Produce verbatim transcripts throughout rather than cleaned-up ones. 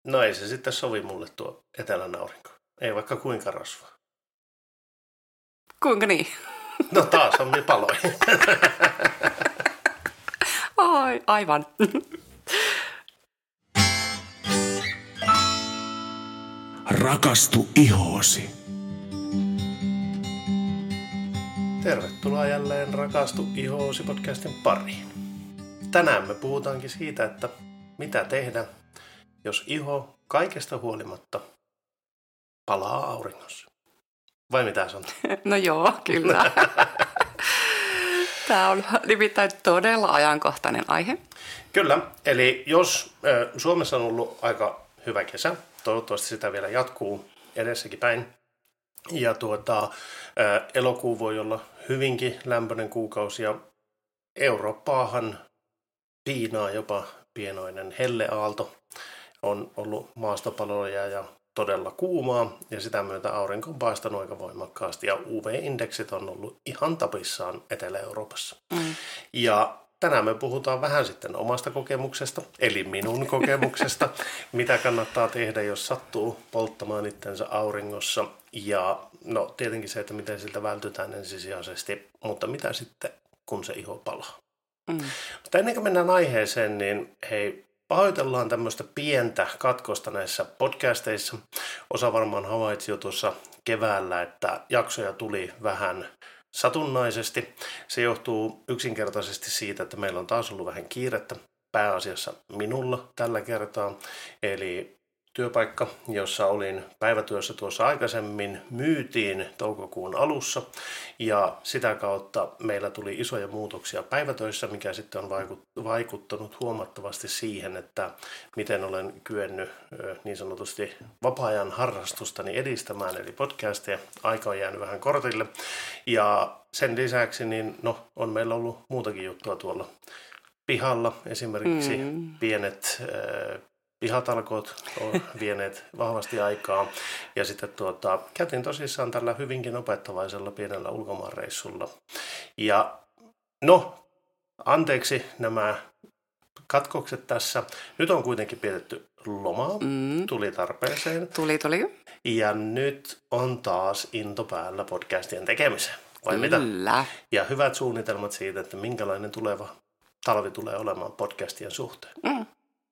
No ei se sitten sovi mulle tuo etelän aurinko. Ei vaikka kuinka rasvaa. Kuinka niin? No taas on niin paloja. Ai, aivan. Rakastu ihoosi. Tervetuloa jälleen Rakastu ihoosi podcastin pariin. Tänään me puhutaankin siitä, että mitä tehdä, jos iho kaikesta huolimatta palaa auringossa. Vai mitä sanoo? No joo, kyllä. Tämä on nimittäin todella ajankohtainen aihe. Kyllä, eli jos äh, Suomessa on ollut aika hyvä kesä, toivottavasti sitä vielä jatkuu edessäkin päin. Ja tuota, äh, elokuu voi olla hyvinkin lämpöinen kuukausi ja Eurooppaahan piinaa jopa pienoinen helleaalto. On ollut maastopaloja ja todella kuumaa ja sitä myötä aurinko on paistanut aika voimakkaasti ja U V-indeksit on ollut ihan tapissaan Etelä-Euroopassa. Mm. Ja tänään me puhutaan vähän sitten omasta kokemuksesta, eli minun kokemuksesta, mitä kannattaa tehdä, jos sattuu polttamaan itsensä auringossa. Ja no tietenkin se, että miten siltä vältytään ensisijaisesti, mutta mitä sitten, kun se iho palaa. Mm. Mutta ennen kuin mennään aiheeseen, niin hei, pahoitellaan tämmöistä pientä katkosta näissä podcasteissa. Osa varmaan havaitsi jo tuossa keväällä, että jaksoja tuli vähän satunnaisesti. Se johtuu yksinkertaisesti siitä, että meillä on taas ollut vähän kiirettä, pääasiassa minulla tällä kertaa. Eli työpaikka, jossa olin päivätyössä tuossa aikaisemmin, myytiin toukokuun alussa ja sitä kautta meillä tuli isoja muutoksia päivätöissä, mikä sitten on vaikuttanut huomattavasti siihen, että miten olen kyennyt niin sanotusti vapaa-ajan harrastustani edistämään, eli podcasteja. Aika on jäänyt vähän kortille ja sen lisäksi niin no, on meillä ollut muutakin juttua tuolla pihalla, esimerkiksi mm. pienet pihatalkoot on vieneet vahvasti aikaa ja sitten tuota, käytiin tosissaan tällä hyvinkin opettavaisella pienellä ulkomaanreissulla. Ja no, anteeksi nämä katkokset tässä. Nyt on kuitenkin pidetty lomaa, mm. tuli tarpeeseen. Tuli, tuli. Ja nyt on taas into päällä podcastien tekemiseen. Vai Kyllä. mitä? Ja hyvät suunnitelmat siitä, että minkälainen tuleva talvi tulee olemaan podcastien suhteen. Mm.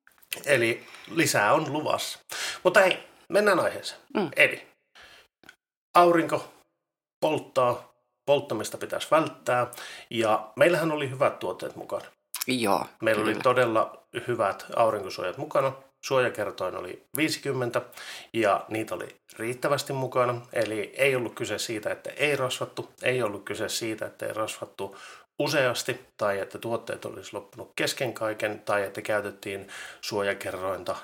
Eli lisää on luvassa. Mutta hei, mennään aiheeseen. Mm. Eli aurinko polttaa, polttamista pitäisi välttää ja meillähän oli hyvät tuotteet mukana. Joo, Meillä kyllä. oli todella hyvät aurinkosuojat mukana. Suojakertoin oli viisikymmentä ja niitä oli riittävästi mukana. Eli ei ollut kyse siitä, että ei rasvattu. Ei ollut kyse siitä, että ei rasvattu useasti tai että tuotteet olisi loppunut kesken kaiken tai että käytettiin suojakerrointa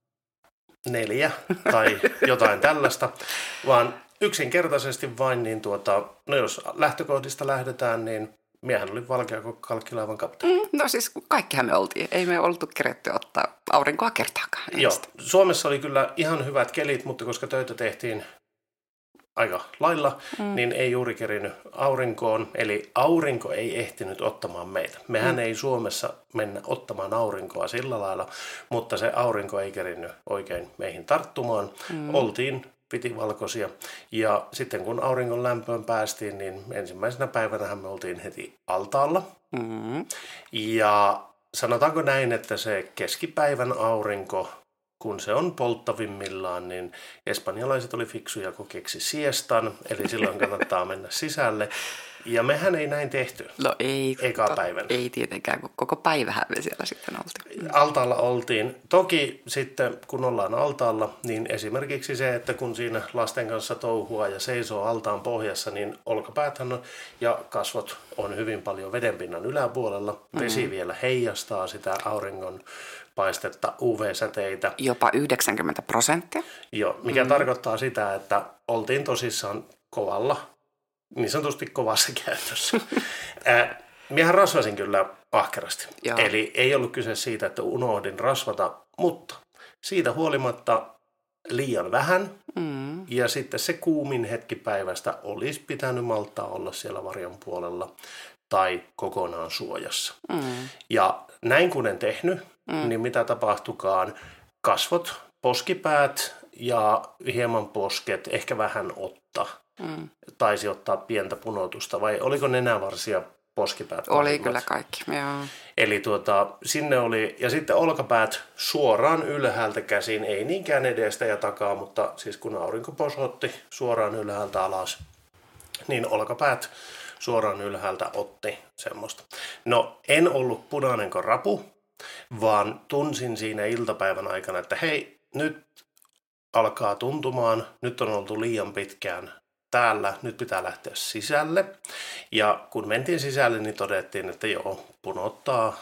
neljä tai jotain tällaista, vaan yksinkertaisesti vain niin tuota, no jos lähtökohdista lähdetään, niin miehän oli valkea kuin kalkkilaivan kapteeni. Mm, no siis kaikkihan me oltiin. Ei me oltu keretty ottaa aurinkoa kertaakaan. Joo, Suomessa oli kyllä ihan hyvät kelit, mutta koska töitä tehtiin aika lailla, mm. niin ei juuri kerinyt aurinkoon. Eli aurinko ei ehtinyt ottamaan meitä. Mehän mm. ei Suomessa mennä ottamaan aurinkoa sillä lailla, mutta se aurinko ei kerinyt oikein meihin tarttumaan. Mm. Oltiin pitivalkoisia. Ja sitten kun auringon lämpöön päästiin, niin ensimmäisenä päivänähän me oltiin heti altaalla. Mm. Ja sanotaanko näin, että se keskipäivän aurinko, kun se on polttavimmillaan, niin espanjalaiset oli fiksuja, kun keksi siestan, eli silloin kannattaa mennä sisälle. Ja mehän ei näin tehty. No ei. Eka päivänä. Ei tietenkään, kun koko päivähän me siellä sitten oltiin. Altaalla oltiin. Toki sitten, kun ollaan altaalla, niin esimerkiksi se, että kun siinä lasten kanssa touhua ja seisoo altaan pohjassa, niin olkapääthän on, ja kasvot on hyvin paljon vedenpinnan yläpuolella. Vesi mm-hmm. vielä heijastaa sitä auringon paistetta, U V-säteitä. Jopa yhdeksänkymmentä prosenttia. Joo, mikä mm. tarkoittaa sitä, että oltiin tosissaan kovalla, niin sanotusti kovassa käytössä. äh, Miehän rasvasin kyllä ahkerasti. Joo. Eli ei ollut kyse siitä, että unohdin rasvata, mutta siitä huolimatta liian vähän. Mm. Ja sitten se kuumin hetki päivästä olisi pitänyt malttaa olla siellä varjon puolella tai kokonaan suojassa. Mm. Ja näin kun en tehnyt, mm. niin mitä tapahtukaan, kasvot poskipäät ja hieman posket, ehkä vähän otta. Mm. Taisi ottaa pientä punotusta, vai oliko nenävarsia poskipäät? Oli pahimmat? Kyllä kaikki, joo. Eli tuota, sinne oli, ja sitten olkapäät suoraan ylhäältä käsin, ei niinkään edestä ja takaa, mutta siis kun aurinko posotti suoraan ylhäältä alas, niin olkapäät suoraan ylhäältä otti semmoista. No, en ollut punainen kuin rapu, vaan tunsin siinä iltapäivän aikana, että hei, nyt alkaa tuntumaan, nyt on oltu liian pitkään täällä, nyt pitää lähteä sisälle. Ja kun mentiin sisälle, niin todettiin, että joo, punottaa.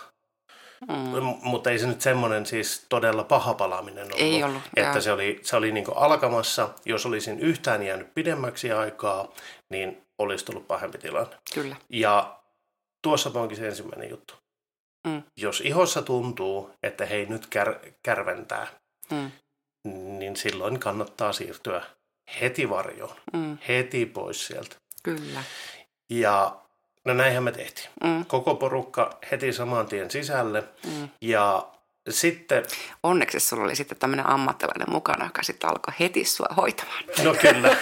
Mm. Mutta ei se nyt semmoinen siis todella paha palaminen ollut. Ei ollut, että se oli, se oli niin kuin alkamassa. Jos olisin yhtään jäänyt pidemmäksi aikaa, niin olisi tullut pahempi tilanne. Kyllä. Ja tuossa onkin se ensimmäinen juttu. Mm. Jos ihossa tuntuu, että hei nyt kär, kärventää, mm. niin silloin kannattaa siirtyä heti varjoon, mm. heti pois sieltä. Kyllä. Ja no näinhän me tehtiin. Mm. Koko porukka heti saman tien sisälle. Mm. Ja sitten... Onneksi sulla oli sitten tämmöinen ammattilainen mukana, joka sitten alkoi heti sua hoitamaan. No kyllä.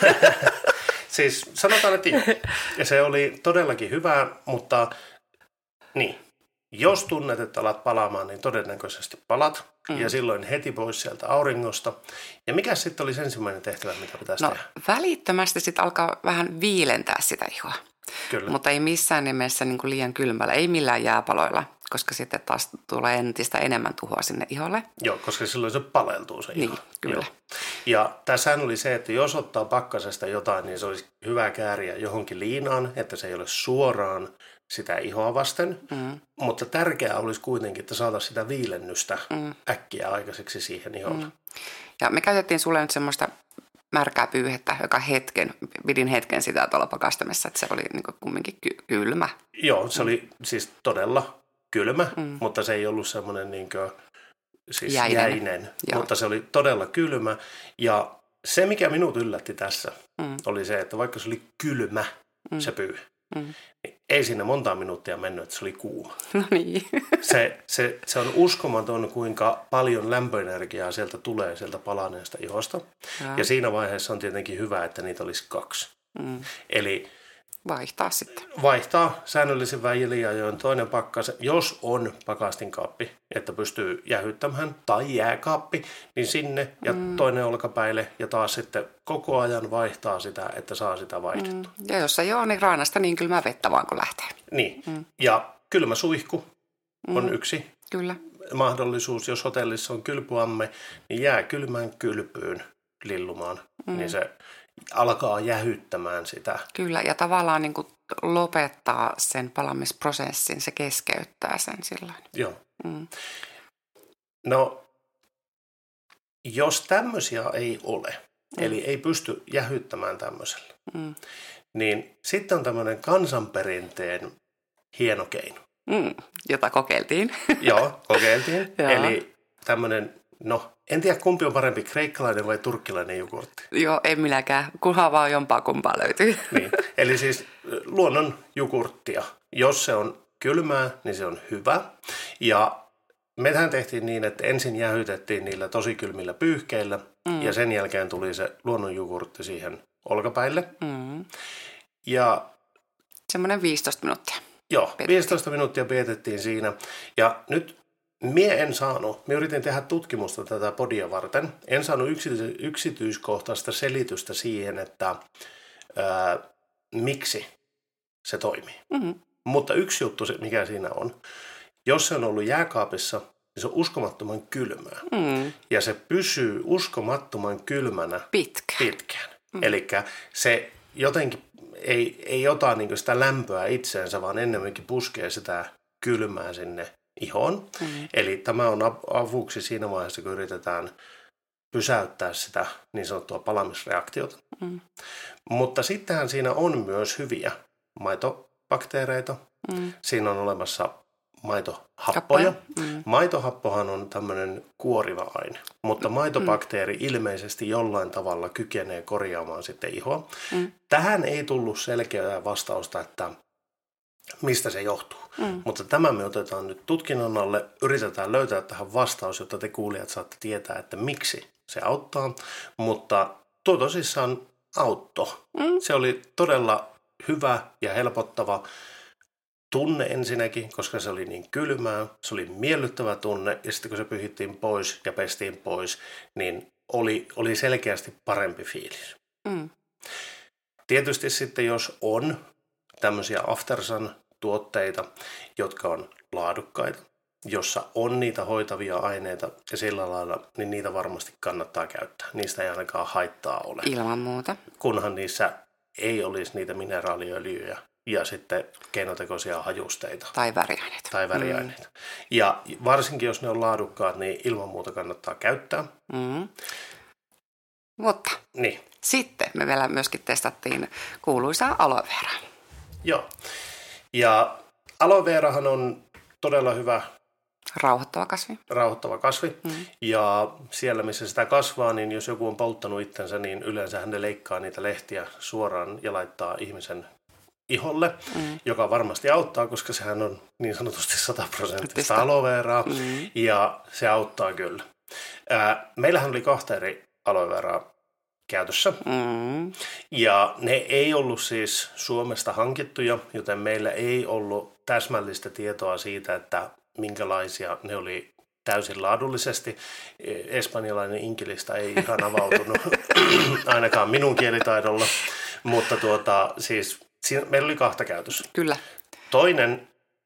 Siis sanotaan, että joo. Ja se oli todellakin hyvä, mutta niin. Jos tunnet, että alat palaamaan, niin todennäköisesti palat. Mm. Ja silloin heti pois sieltä auringosta. Ja mikä sitten olisi ensimmäinen tehtävä, mikä pitäisi no, tehdä? Välittömästi sitten alkaa vähän viilentää sitä ihoa. Kyllä. Mutta ei missään nimessä niin kuin liian kylmällä, ei millään jääpaloilla, koska sitten taas tulee entistä enemmän tuhoa sinne iholle. Joo, koska silloin se paleltuu se iho. Niin, kyllä. Joo. Ja tässähän oli se, että jos ottaa pakkasesta jotain, niin se olisi hyvä kääriä johonkin liinaan, että se ei ole suoraan sitä ihoa vasten. Mm. Mutta tärkeää olisi kuitenkin, että saataisiin sitä viilennystä mm. äkkiä aikaiseksi siihen iholle. Mm. Ja me käytettiin sulle nyt semmoista märkää pyyhettä, joka hetken, pidin hetken sitä tuolla pakastamessa, että se oli niin kuin kumminkin ky- kylmä. Joo, se mm. oli siis todella kylmä, mm. mutta se ei ollut semmoinen niin kuin, siis jäinen, jäinen mutta se oli todella kylmä. Ja se, mikä minut yllätti tässä, mm. oli se, että vaikka se oli kylmä, mm. se pyyhe, mm. niin ei siinä montaa minuuttia mennyt, että se oli kuuma. No niin. Se, se, se on uskomaton, kuinka paljon lämpöenergiaa sieltä tulee sieltä palaneesta ihosta. Ja, ja siinä vaiheessa on tietenkin hyvä, että niitä olisi kaksi. Mm. Eli vaihtaa sitten. Vaihtaa säännöllisen väliajoin toinen pakkas, jos on pakastinkaappi, että pystyy jäähyttämään, tai jääkaappi, niin sinne ja mm. toinen olkapäille ja taas sitten koko ajan vaihtaa sitä, että saa sitä vaihdettua. Mm. Ja jos ei ole, niin raanasta niin kylmää vettä vaan kun lähtee. Niin, mm. ja kylmä suihku on mm. yksi Kyllä. mahdollisuus. Jos hotellissa on kylpyamme, niin jää kylmään kylpyyn lillumaan, mm. niin se alkaa jähyttämään sitä. Kyllä, ja tavallaan niin kuin lopettaa sen palamisprosessin, se keskeyttää sen silloin. Joo. Mm. No, jos tämmöisiä ei ole, mm. eli ei pysty jähyttämään tämmöisellä, mm. niin sitten on tämmöinen kansanperinteen hieno keino. Mm, jota kokeiltiin. Joo, kokeiltiin. Eli tämmöinen, no en tiedä kumpi on parempi, kreikkalainen vai turkkilainen jogurtti. Joo, en minäkään, kunhan vaan jompaa kumpaa löytyy. Niin, eli siis luonnon jogurttia. Jos se on kylmää, niin se on hyvä. Ja mehän tehtiin niin, että ensin jähytettiin niillä tosi kylmillä pyyhkeillä mm. ja sen jälkeen tuli se luonnon jogurtti siihen olkapäille. Mm. Ja semmoinen viisitoista minuuttia. Joo, Pietettiin. viisitoista minuuttia pietettiin siinä. Ja nyt mie en saanut, me yritin tehdä tutkimusta tätä podia varten, en saanut yksity- yksityiskohtaista selitystä siihen, että ää, miksi se toimii. Mm-hmm. Mutta yksi juttu, mikä siinä on, jos se on ollut jääkaapissa, niin se on uskomattoman kylmää. Mm. Ja se pysyy uskomattoman kylmänä pitkään. pitkään. Mm. Eli se jotenkin ei, ei ota niin sitä lämpöä itseensä, vaan ennemminkin puskee sitä kylmää sinne ihoon. Mm. Eli tämä on avuksi siinä vaiheessa, kun yritetään pysäyttää sitä niin sanottua palamisreaktiota. Mm. Mutta sittenhän siinä on myös hyviä maitobakteereita. Mm. Siinä on olemassa maitohappoja. Mm. Maitohappohan on tämmöinen kuoriva aine, mutta maitobakteeri mm. ilmeisesti jollain tavalla kykenee korjaamaan sitten ihoa. Mm. Tähän ei tullut selkeää vastausta, että mistä se johtuu. Mm. Mutta tämä me otetaan nyt tutkinnon alle, yritetään löytää tähän vastaus, jotta te kuulijat saatte tietää, että miksi se auttaa, mutta tuo tosissaan auttoi. Mm. Se oli todella hyvä ja helpottava tunne ensinnäkin, koska se oli niin kylmää, se oli miellyttävä tunne ja sitten kun se pyhittiin pois ja pestiin pois, niin oli, oli selkeästi parempi fiilis. Mm. Tietysti sitten jos on tämmöisiä Aftersun tuotteita, jotka on laadukkaita, jossa on niitä hoitavia aineita ja sillä lailla, niin niitä varmasti kannattaa käyttää. Niistä ei ainakaan haittaa ole. Ilman muuta. Kunhan niissä ei olisi niitä mineraaliöljyjä ja sitten keinotekoisia hajusteita. Tai väriaineita. Tai väriaineita. Mm. Ja varsinkin jos ne on laadukkaat, niin ilman muuta kannattaa käyttää. Mm. Mutta Niin. sitten me vielä myöskin testattiin kuuluisaa aloe veraa. Joo. Ja aloe verahan on todella hyvä Rauhoittava kasvi. rauhoittava kasvi. Mm. Ja siellä, missä sitä kasvaa, niin jos joku on polttanut itsensä, niin yleensä hän leikkaa niitä lehtiä suoraan ja laittaa ihmisen iholle, mm. joka varmasti auttaa, koska sehän on niin sanotusti sataprosenttista aloe veraa, mm. ja se auttaa kyllä. Ää, meillähän oli kahta eri aloe veraa käytössä, Mm. ja ne ei ollut siis Suomesta hankittuja, joten meillä ei ollut täsmällistä tietoa siitä, että minkälaisia ne oli täysin laadullisesti. Espanjalainen inkilista ei ihan avautunut, ainakaan minun kielitaidolla, mutta tuota, siis siinä, meillä oli kahta käytössä. Kyllä. Toinen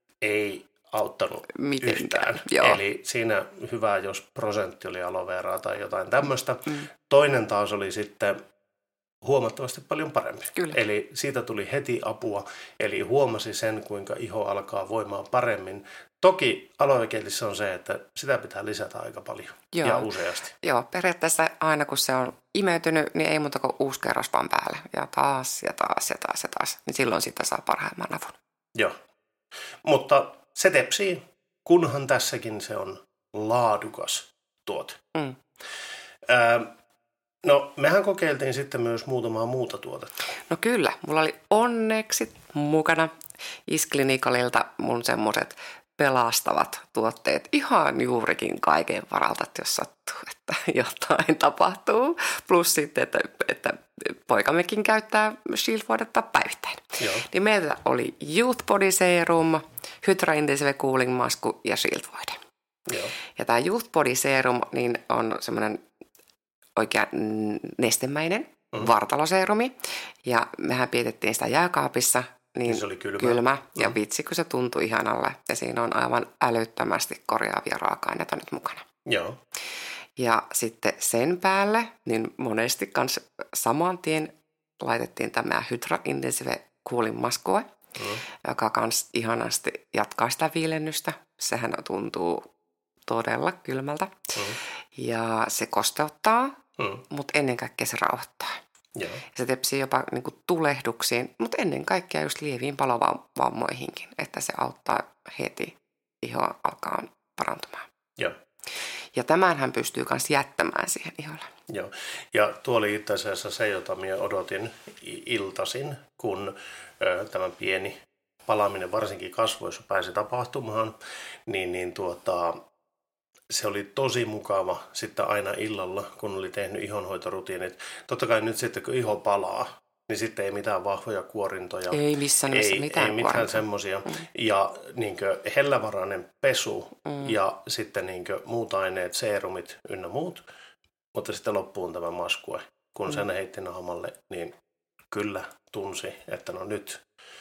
ei auttanut Mitenkään, yhtään, joo. eli siinä hyvä, jos prosentti oli aloe veraa tai jotain tämmöistä. Mm. Toinen taas oli sitten huomattavasti paljon parempi. Kyllä. Eli siitä tuli heti apua, eli huomasi sen, kuinka iho alkaa voimaan paremmin. Toki aloekelissä on se, että sitä pitää lisätä aika paljon. Joo. Ja useasti. Joo, periaatteessa aina kun se on imeytynyt, niin ei muuta kuin uusi kerros vaan päälle. Ja taas ja taas ja taas ja taas. Niin silloin sitä saa parhaimman avun. Joo. Mutta se tepsii, kunhan tässäkin se on laadukas tuote. Mm. Ää, no, mehän kokeiltiin sitten myös muutamaa muuta tuotetta. No kyllä, mulla oli onneksi mukana Isklinikalilta mun semmoiset pelastavat tuotteet ihan juurikin kaiken varalta, että jos sattuu, että jotain tapahtuu. Plus sitten, että, että poikammekin käyttää Shield-vuodetta päivittäin. Joo. Niin meillä oli Youth Body Serum, Hydra Intensive Cooling Masku ja Shield-vuode. Joo. Ja tämä Youth Body Serum niin on semmoinen oikea nestemäinen mm-hmm. vartaloseerumi. Ja mehän pidettiin sitä jääkaapissa. Niin se oli kylmä. kylmä. Ja Mm. vitsi, kun se tuntui ihanalle. Ja siinä on aivan älyttömästi korjaavia raaka-aineita nyt mukana. Joo. Ja sitten sen päälle, niin monesti kans saman tien laitettiin tämä Hydra Intensive Cooling Maskue, mm. joka kans ihanasti jatkaa sitä viilennystä. Sehän tuntuu todella kylmältä. Mm. Ja se kosteuttaa, mm. mutta ennen kaikkea se rauhoittaa. Joo. Se tepsii jopa niin kuin tulehduksiin, mutta ennen kaikkea just lieviin palovammoihinkin, että se auttaa heti ihoa alkaa parantumaan. Joo. Ja tämän hän pystyy myös jättämään siihen iholle. Joo. Ja tuo oli itse asiassa se, jota minä odotin iltaisin, kun ö, tämä pieni palaaminen varsinkin kasvoissa pääsi tapahtumaan, niin, niin tuota, se oli tosi mukava sitten aina illalla, kun oli tehnyt ihonhoitorutiinit. Totta kai nyt sitten, kun iho palaa, niin sitten ei mitään vahvoja kuorintoja. Ei missään nimessä ei, mitään Ei mitään semmoisia. Mm. Ja niin kuin hellävarainen pesu mm. ja sitten niin kuin muut aineet, seerumit ynnä muut. Mutta sitten loppuun tämä maskue. Kun mm. sen heitti naamalle, niin kyllä tunsi, että no nyt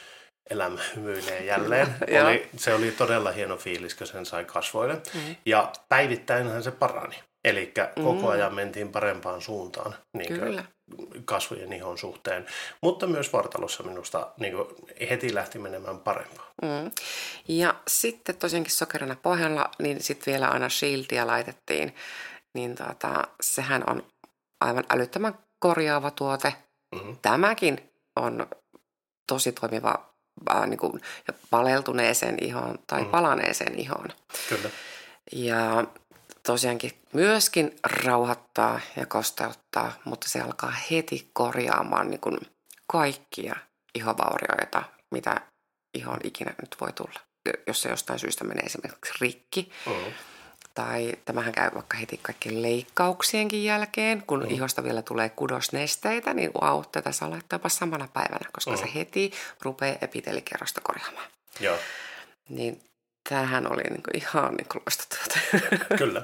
elämä hymyilee jälleen. oli, se oli todella hieno fiilis, kun sen sai kasvoille. Mm. Ja päivittäinhän se parani. Eli koko ajan mentiin parempaan suuntaan niin kasvojen ihon suhteen. Mutta myös vartalossa minusta niin heti lähti menemään parempaan. Mm. Ja sitten tosiaankin sokerina pohjalla, niin sitten vielä aina Shieldia laitettiin. Niin tota, sehän on aivan älyttömän korjaava tuote. Mm-hmm. Tämäkin on tosi toimiva äh, niin kuin paleltuneeseen ihoon tai mm-hmm. palaneeseen ihoon. Kyllä. Ja tosiaankin myöskin rauhoittaa ja kosteuttaa, mutta se alkaa heti korjaamaan niin kuin kaikkia ihovaurioita, mitä ihon ikinä nyt voi tulla. Jos se jostain syystä menee esimerkiksi rikki, mm-hmm. Tai tämähän käy vaikka heti kaikkien leikkauksienkin jälkeen, kun mm. ihosta vielä tulee kudosnesteitä, niin wow, tätä saa laittaa jopa samana päivänä, koska mm. se heti rupeaa epiteelikerrosta korjaamaan. Joo. Niin tämähän oli niinku ihan niinku loistotyötä. Kyllä.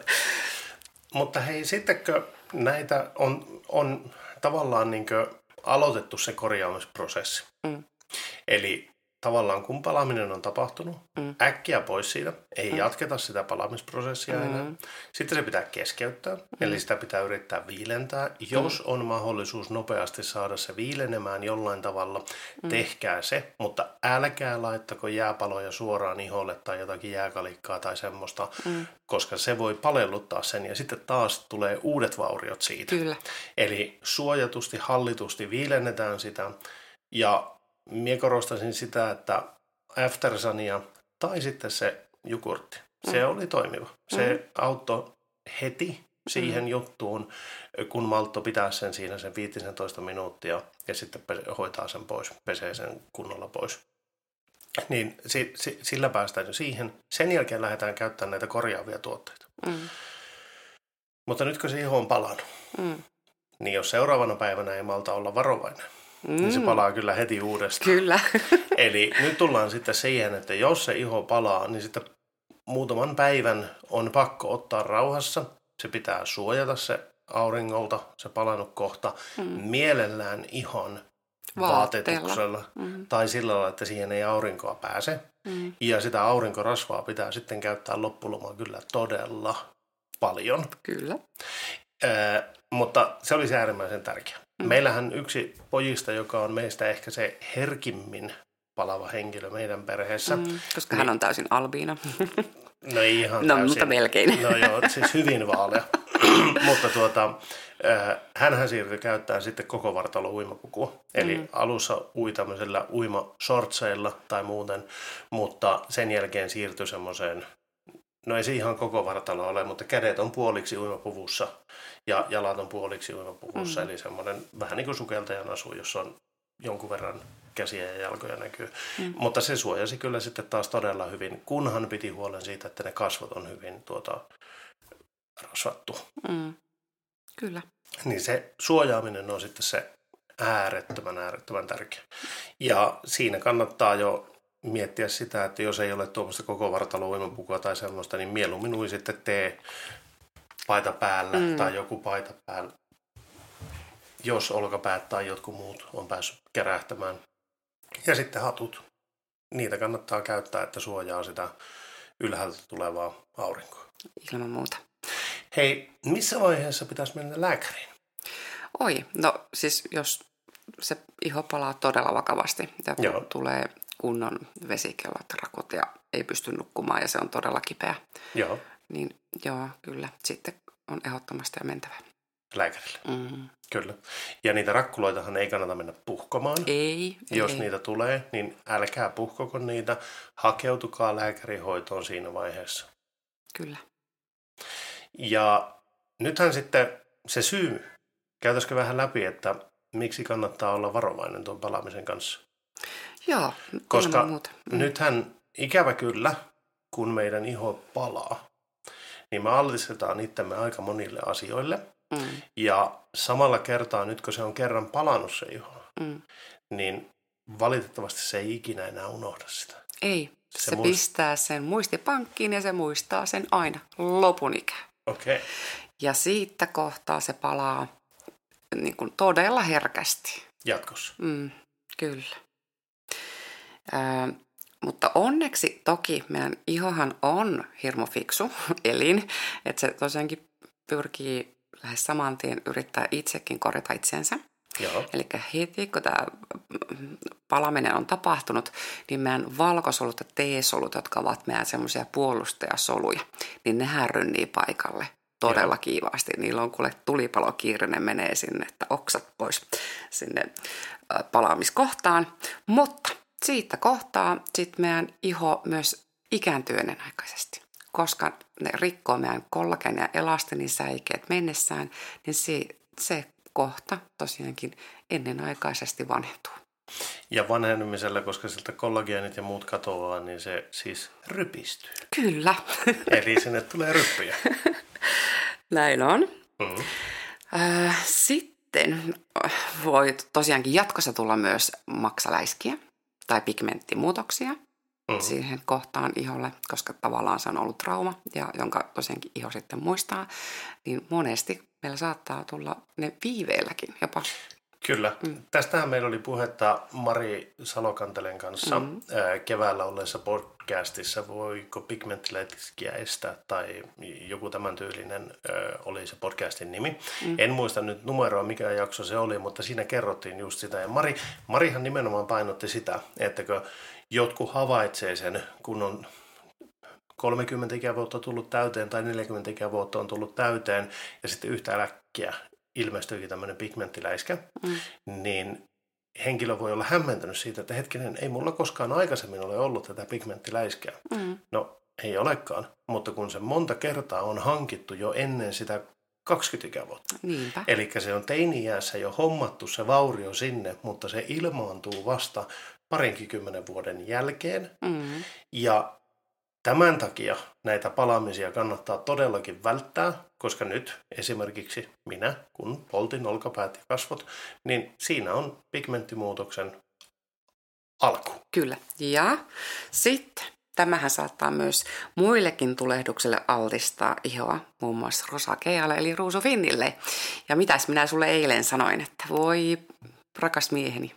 Mutta hei, sittenkö näitä on, on tavallaan niinku aloitettu se korjaamisprosessi. Mm. Eli tavallaan kun palaaminen on tapahtunut, mm. äkkiä pois siitä, ei mm. jatketa sitä palaamisprosessia mm. enää. Sitten se pitää keskeyttää, mm. eli sitä pitää yrittää viilentää. Jos mm. on mahdollisuus nopeasti saada se viilenemään jollain tavalla, mm. tehkää se, mutta älkää laittako jääpaloja suoraan iholle tai jotakin jääkalikkaa tai semmoista, mm. koska se voi palelluttaa sen ja sitten taas tulee uudet vauriot siitä. Kyllä. Eli suojatusti, hallitusti viilennetään sitä ja mie korostaisin sitä, että Aftersania tai sitten se jogurtti, mm. se oli toimiva. Se mm. auttoi heti siihen mm. juttuun, kun maltto pitää sen siinä sen viisitoista minuuttia ja sitten hoitaa sen pois, pesee sen kunnolla pois. Niin si, si, sillä päästään jo siihen. Sen jälkeen lähdetään käyttämään näitä korjaavia tuotteita. Mm. Mutta nyt kun se iho on palannut, mm. niin jos seuraavana päivänä ei malta olla varovainen, Mm. niin se palaa kyllä heti uudestaan. Kyllä. Eli nyt tullaan sitten siihen, että jos se iho palaa, niin sitten muutaman päivän on pakko ottaa rauhassa. Se pitää suojata se auringolta, se palannut kohta, mm. mielellään ihon vaatetuksella mm. tai sillä lailla, että siihen ei aurinkoa pääse. Mm. Ja sitä aurinkorasvaa pitää sitten käyttää loppulomaan kyllä todella paljon. Kyllä. Äh, mutta se olisi äärimmäisen tärkeä. Mm. Meillähän yksi pojista, joka on meistä ehkä se herkimmin palava henkilö meidän perheessä. Mm, koska niin, hän on täysin albiina. No ei ihan no, täysin. mutta melkein. No joo, siis hyvin vaalea. Mutta tuota, äh, hänhän siirtyi käyttämään sitten koko vartalo uimapukua. Eli mm. alussa ui tämmöisellä uimashortseilla tai muuten, mutta sen jälkeen siirtyi semmoiseen, no ei se ihan koko vartalo ole, mutta kädet on puoliksi uimapuvussa ja jalat on puoliksi uimapuvussa. Mm. Eli semmoinen vähän niin kuin sukeltajan asu, jossa on jonkun verran käsiä ja jalkoja näkyy. Mm. Mutta se suojasi kyllä sitten taas todella hyvin, kunhan piti huolen siitä, että ne kasvot on hyvin tuota, rasvattu. Mm. Kyllä. Niin se suojaaminen on sitten se äärettömän, äärettömän tärkeä. Ja siinä kannattaa jo miettiä sitä, että jos ei ole tuommoista koko vartalo uimapukua tai semmoista, niin mieluummin ui sitten tee paita päällä mm. tai joku paita päällä. Jos olkapäät tai jotkut muut on päässyt kerähtämään. Ja sitten hatut. Niitä kannattaa käyttää, että suojaa sitä ylhäältä tulevaa aurinkoa. Ilman muuta. Hei, missä vaiheessa pitäisi mennä lääkäriin? Oi, no siis jos se iho palaa todella vakavasti ja Joo. tulee kunnon vesikellot, rakot ja ei pysty nukkumaan ja se on todella kipeä, Joo. niin joo, kyllä, sitten on ehdottomasti ja mentävä. Lääkärille. Mm. Kyllä. Ja niitä rakkuloitahan ei kannata mennä puhkomaan. Ei. Jos ei. niitä tulee, niin älkää puhkoko niitä. Hakeutukaa lääkärihoitoon siinä vaiheessa. Kyllä. Ja nythän sitten se syy, käytäisikö vähän läpi, että miksi kannattaa olla varovainen tuon palaamisen kanssa? Joo, koska muuta. Mm. nythän ikävä kyllä, kun meidän iho palaa, niin me altistetaan itsemme aika monille asioille. Mm. Ja samalla kertaa, nyt kun se on kerran palannut se iho, mm. niin valitettavasti se ei ikinä enää unohda sitä. Ei, se, se muist... pistää sen muistipankkiin ja se muistaa sen aina lopun ikään. Okei. Okay. Ja siitä kohtaa se palaa niin kuin todella herkästi. Jatkossa. Mm, kyllä. Ö, mutta onneksi toki meidän ihohan on hirmu fiksu elin, että se tosiaankin pyrkii lähes saman tien yrittää itsekin korjata itsensä. Eli heti kun tämä palaminen on tapahtunut, niin meidän valkosolut ja T-solut, jotka ovat meidän semmoisia puolustajasoluja, niin nehän rynnii paikalle todella Joo. kiivaasti. Niillä on kuule tulipalokiire, ne menee sinne, että oksat pois sinne palaamiskohtaan. Mutta siitä kohtaa sitten meidän iho myös ikääntyy ennenaikaisesti. Koska ne rikkoo meidän kollagen- ja elastinisäikeet mennessään, niin se, se kohta tosiaankin ennenaikaisesti vanhentuu. Ja vanhenemisella, koska siltä kollageenit ja muut katoaa, niin se siis rypistyy. Kyllä. Eli sinne tulee ryppyjä. Näin on. Mm. Äh, sitten voi tosiaankin jatkossa tulla myös maksaläiskiä tai pigmenttimuutoksia mm. siihen kohtaan iholle, koska tavallaan se on ollut trauma, ja jonka tosiaankin iho sitten muistaa, niin monesti meillä saattaa tulla ne viiveelläkin jopa. Kyllä. Mm. Tästähän meillä oli puhetta Mari Salokantelen kanssa mm. keväällä olleessa podcastissa, voiko pigmenttiläiskiä estää tai joku tämän tyylinen oli se podcastin nimi. Mm. En muista nyt numeroa, mikä jakso se oli, mutta siinä kerrottiin just sitä. Ja Mari, Marihan nimenomaan painotti sitä, että kun jotkut havaitsee sen, kun on kolmekymmentä ikävuotta tullut täyteen tai neljäkymmentä ikävuotta on tullut täyteen ja sitten yhtä äkkiä ilmestyykin tämmöinen pigmenttiläiskä, mm. niin henkilö voi olla hämmentynyt siitä, että hetkinen, ei mulla koskaan aikaisemmin ole ollut tätä pigmenttiläiskää. Mm. No, ei olekaan, mutta kun se monta kertaa on hankittu jo ennen sitä kaksikymmentä ikävuotta. Niinpä. Eli se on teini-iässä jo hommattu se vaurio sinne, mutta se ilmaantuu vasta parinkin kymmenen vuoden jälkeen. Mm. Ja tämän takia näitä palaamisia kannattaa todellakin välttää, koska nyt esimerkiksi minä, kun poltin olkapäät ja kasvot, niin siinä on pigmenttimuutoksen alku. Kyllä. Ja sitten tämähän saattaa myös muillekin tulehduksille altistaa ihoa, muun muassa rosakealle eli ruusufinnille. Ja mitäs minä sulle eilen sanoin, että voi rakas mieheni.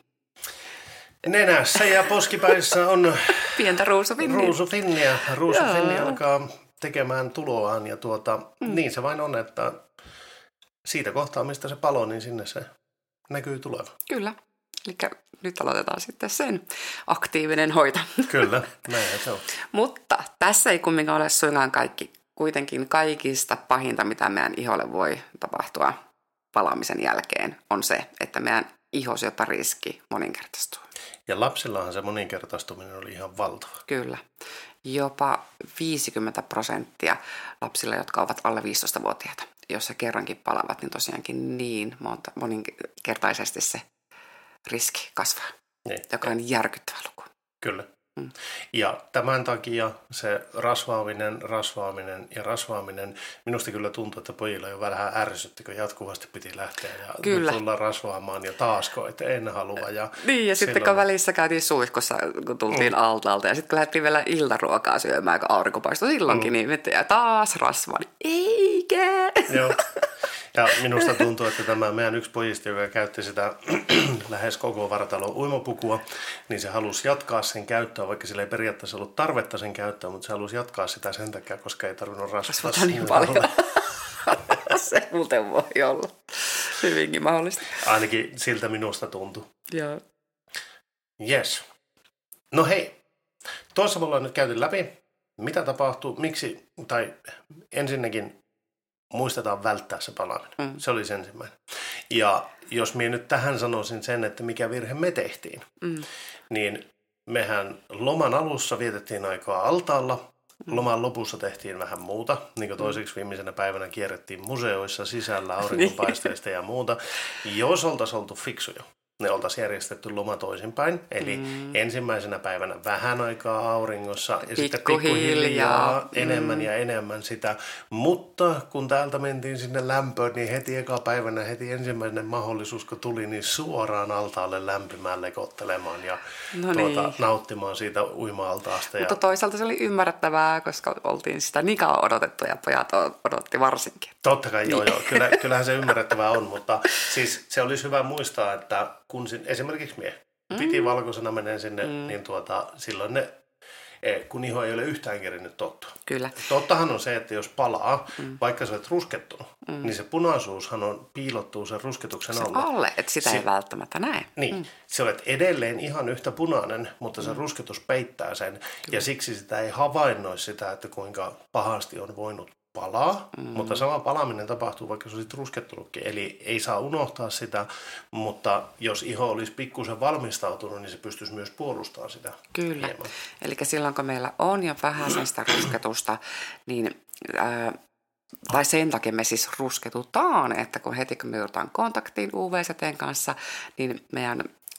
Nenässä ja poskipäissä on pientä ruusufinniä. Ruusufinniä. Ruusufinni alkaa tekemään tuloaan ja tuota, mm. niin se vain on, että siitä kohtaa, mistä se palo, niin sinne se näkyy tuleva. Kyllä. Eli nyt aloitetaan sitten sen aktiivinen hoito. Kyllä, näinhän se on. Mutta tässä ei kumminkaan ole suinkaan kaikki. Kuitenkin kaikista pahinta, mitä meidän iholle voi tapahtua palaamisen jälkeen, on se, että meidän ihosiotariski moninkertaistuu. Ja lapsillahan se moninkertaistuminen oli ihan valtava. Kyllä. Jopa viisikymmentä prosenttia lapsilla, jotka ovat alle viisitoistavuotiaita, jos se kerrankin palavat, niin tosiaankin niin monta, moninkertaisesti se riski kasvaa, niin. Joka on järkyttävä luku. Kyllä. Mm. Ja tämän takia se rasvaaminen, rasvaaminen ja rasvaaminen, minusta kyllä tuntuu, että pojilla jo vähän ärsytti, kun jatkuvasti piti lähteä ja kyllä. tulla rasvaamaan ja taasko, että en halua. Ja niin, ja sitten kun välissä käytiin suihkossa, kun tultiin mm. altaalta ja sitten kun lähdettiin vielä iltaruokaa syömään, kun aurinko paistoi silloinkin, mm. niin miettii, ja taas rasvaa, niin eikä! Joo. Ja minusta tuntuu, että tämä meidän yksi pojista, joka käytti sitä lähes koko vartalon uimapukua, niin se halusi jatkaa sen käyttöä, vaikka sillä ei periaatteessa ollut tarvetta sen käyttöä, mutta se halusi jatkaa sitä sen takia, koska ei tarvinnut rasvata. Rasvata niin paljon. Se muuten voi olla hyvinkin mahdollista. Ainakin siltä minusta tuntui. Joo. Yes. No hei, tuossa me ollaan nyt käyty läpi, mitä tapahtuu, miksi, tai ensinnäkin muistetaan välttää se palaaminen. Mm. Se oli se ensimmäinen. Ja jos minä nyt tähän sanoisin sen, että mikä virhe me tehtiin, mm. niin mehän loman alussa vietettiin aikaa altaalla. Loman lopussa tehtiin vähän muuta. Niin kuin toiseksi viimeisenä päivänä kierrettiin museoissa sisällä auringonpaisteista ja muuta. Jos oltaisiin oltu fiksuja, ne oltaisiin järjestetty loma toisinpäin. Eli mm. ensimmäisenä päivänä vähän aikaa auringossa ja sitten pikkuhiljaa enemmän mm. ja enemmän sitä. Mutta kun täältä mentiin sinne lämpöön, niin heti eka päivänä, heti ensimmäinen mahdollisuus kun tuli, niin suoraan altaalle lämpimään lekottelemaan ja no tuota, niin. nauttimaan siitä uima-altaasta. Mutta ja toisaalta se oli ymmärrettävää, koska oltiin sitä niin kauan odotettu ja pojat odotti varsinkin. Totta kai, joo, joo. Kyllä, kyllähän se ymmärrettävää on, mutta siis se olisi hyvä muistaa, että kun sin, esimerkiksi mie piti mm. valkoisena menen sinne, mm. niin tuota, silloin ne, kun iho ei ole yhtään kerinyt tottua. Kyllä. Tottahan on se, että jos palaa, mm. vaikka sä olet ruskettunut, mm. niin se punaisuushan on piilottuu sen rusketuksen sen alle. alle, että sitä se, ei välttämättä näe. Niin, mm. se olet edelleen ihan yhtä punainen, mutta se mm. rusketus peittää sen. Kyllä. Ja siksi sitä ei havainnoi sitä, että kuinka pahasti on voinut palaa, mm. mutta sama palaaminen tapahtuu, vaikka se olisi ruskettunutkin. Eli ei saa unohtaa sitä, mutta jos iho olisi pikkusen valmistautunut, niin se pystyisi myös puolustamaan sitä. Kyllä. Hieman. Eli silloin, kun meillä on jo vähän sitä rusketusta, niin ää, tai sen takia me siis rusketutaan, että kun heti kun me joudutaan kontaktiin U V-säteen kanssa, niin meidän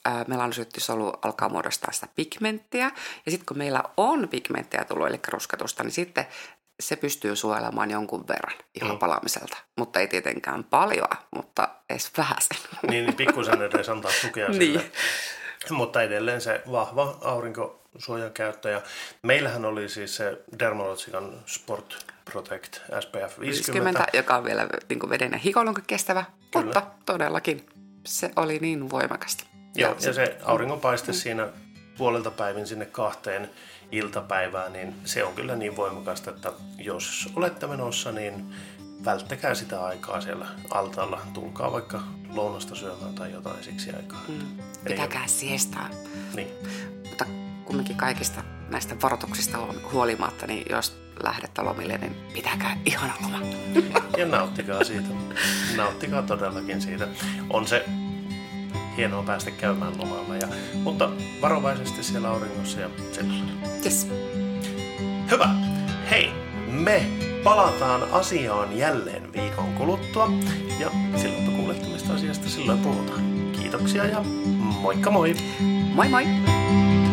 ää, melanosyttisolu alkaa muodostaa sitä pigmenttiä. Ja sitten kun meillä on pigmenttiä tullut, eli rusketusta, niin sitten se pystyy suojelemaan jonkun verran ihan mm. palamiselta. Mutta ei tietenkään paljoa, mutta edes vähäsen. Niin, niin pikkusen edes antaa tukea niin. sille. Mutta edelleen se vahva aurinkosuojan käyttö. Ja meillähän oli siis se Dermalogican Sport Protect S P F viisikymmentä. viisikymmentä, joka on vielä niin kuin veden ja hikoilunkin kestävä. Kyllä. Mutta todellakin se oli niin voimakasta. Joo, ja, ja se auringonpaiste mm. siinä puolelta päivin sinne kahteen iltapäivään, niin se on kyllä niin voimakasta, että jos olette menossa, niin välttäkää sitä aikaa siellä altaalla. Tulkaa vaikka lounasta syömään tai jotain siksi aikaa. Mm. Pitäkää siestaa. Niin. Mutta kumminkin kaikista näistä varoituksista huolimatta, niin jos lähdette lomille, niin pitäkää ihana loma. Ja nauttikaa siitä. Nauttikaa todellakin siitä. On se hienoa päästä käymään lomalla, ja, mutta varovaisesti siellä auringossa ja sellaisella. Yes. Hyvä. Hei, me palataan asiaan jälleen viikon kuluttua, ja silloin kuulette, mistä asiasta silloin puhutaan. Kiitoksia ja moikka moi! Moi moi!